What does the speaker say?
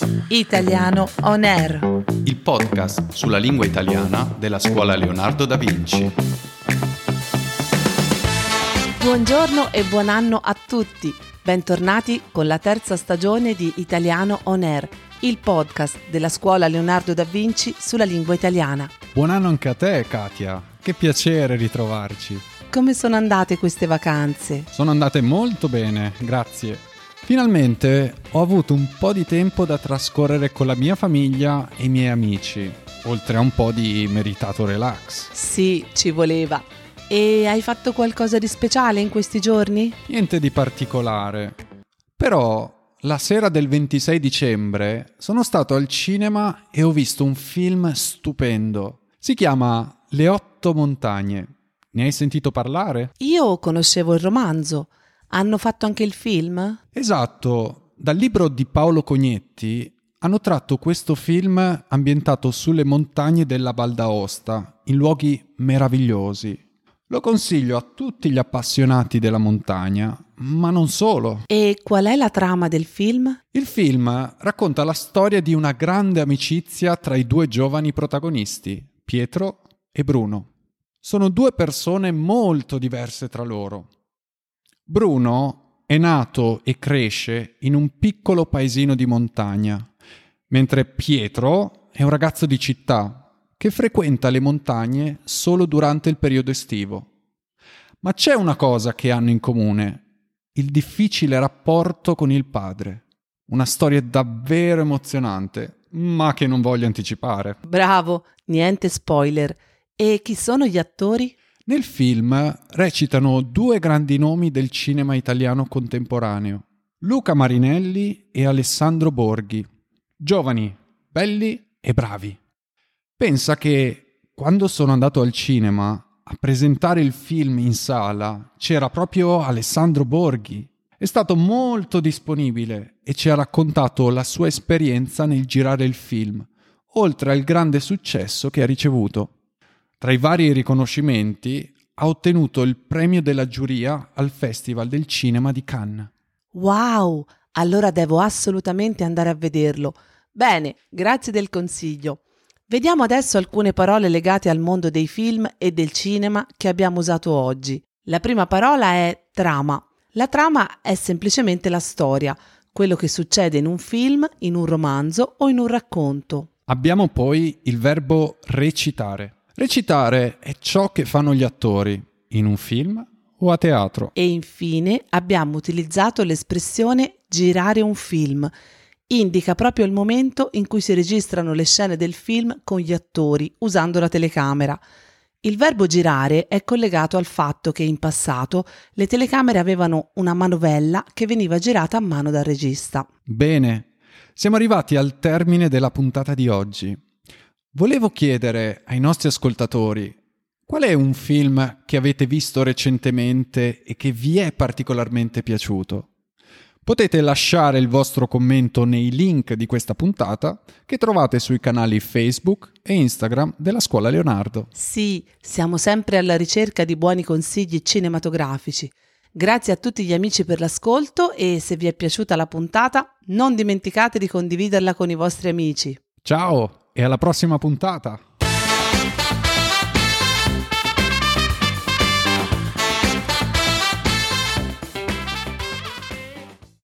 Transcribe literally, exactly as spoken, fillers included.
Italiano On Air, il podcast sulla lingua italiana della Scuola Leonardo da Vinci. Buongiorno e buon anno a tutti. Bentornati con la terza stagione di Italiano On Air, il podcast della Scuola Leonardo da Vinci sulla lingua italiana. Buon anno anche a te, Katia. Che piacere ritrovarci. Come sono andate queste vacanze? Sono andate molto bene, grazie. Finalmente ho avuto un po' di tempo da trascorrere con la mia famiglia e i miei amici, oltre a un po' di meritato relax. Sì, ci voleva. E hai fatto qualcosa di speciale in questi giorni? Niente di particolare. Però la sera del ventisei dicembre sono stato al cinema e ho visto un film stupendo. Si chiama Le otto montagne. Ne hai sentito parlare? Io conoscevo il romanzo. Hanno fatto anche il film? Esatto. Dal libro di Paolo Cognetti hanno tratto questo film ambientato sulle montagne della Val d'Aosta, in luoghi meravigliosi. Lo consiglio a tutti gli appassionati della montagna, ma non solo. E qual è la trama del film? Il film racconta la storia di una grande amicizia tra i due giovani protagonisti, Pietro e Bruno. Sono due persone molto diverse tra loro. Bruno è nato e cresce in un piccolo paesino di montagna, mentre Pietro è un ragazzo di città che frequenta le montagne solo durante il periodo estivo. Ma c'è una cosa che hanno in comune: il difficile rapporto con il padre. Una storia davvero emozionante, ma che non voglio anticipare. Bravo, niente spoiler. E chi sono gli attori? Nel film recitano due grandi nomi del cinema italiano contemporaneo, Luca Marinelli e Alessandro Borghi, giovani, belli e bravi. Pensa che quando sono andato al cinema a presentare il film in sala c'era proprio Alessandro Borghi. È stato molto disponibile e ci ha raccontato la sua esperienza nel girare il film, oltre al grande successo che ha ricevuto. Tra i vari riconoscimenti ha ottenuto il premio della giuria al Festival del Cinema di Cannes. Wow! Allora devo assolutamente andare a vederlo. Bene, grazie del consiglio. Vediamo adesso alcune parole legate al mondo dei film e del cinema che abbiamo usato oggi. La prima parola è trama. La trama è semplicemente la storia, quello che succede in un film, in un romanzo o in un racconto. Abbiamo poi il verbo recitare. Recitare è ciò che fanno gli attori in un film o a teatro. E infine abbiamo utilizzato l'espressione girare un film. Indica proprio il momento in cui si registrano le scene del film con gli attori usando la telecamera. Il verbo girare è collegato al fatto che in passato le telecamere avevano una manovella che veniva girata a mano dal regista. Bene, siamo arrivati al termine della puntata di oggi. Volevo chiedere ai nostri ascoltatori qual è un film che avete visto recentemente e che vi è particolarmente piaciuto. Potete lasciare il vostro commento nei link di questa puntata che trovate sui canali Facebook e Instagram della Scuola Leonardo. Sì, siamo sempre alla ricerca di buoni consigli cinematografici. Grazie a tutti gli amici per l'ascolto e se vi è piaciuta la puntata non dimenticate di condividerla con i vostri amici. Ciao! E alla prossima puntata!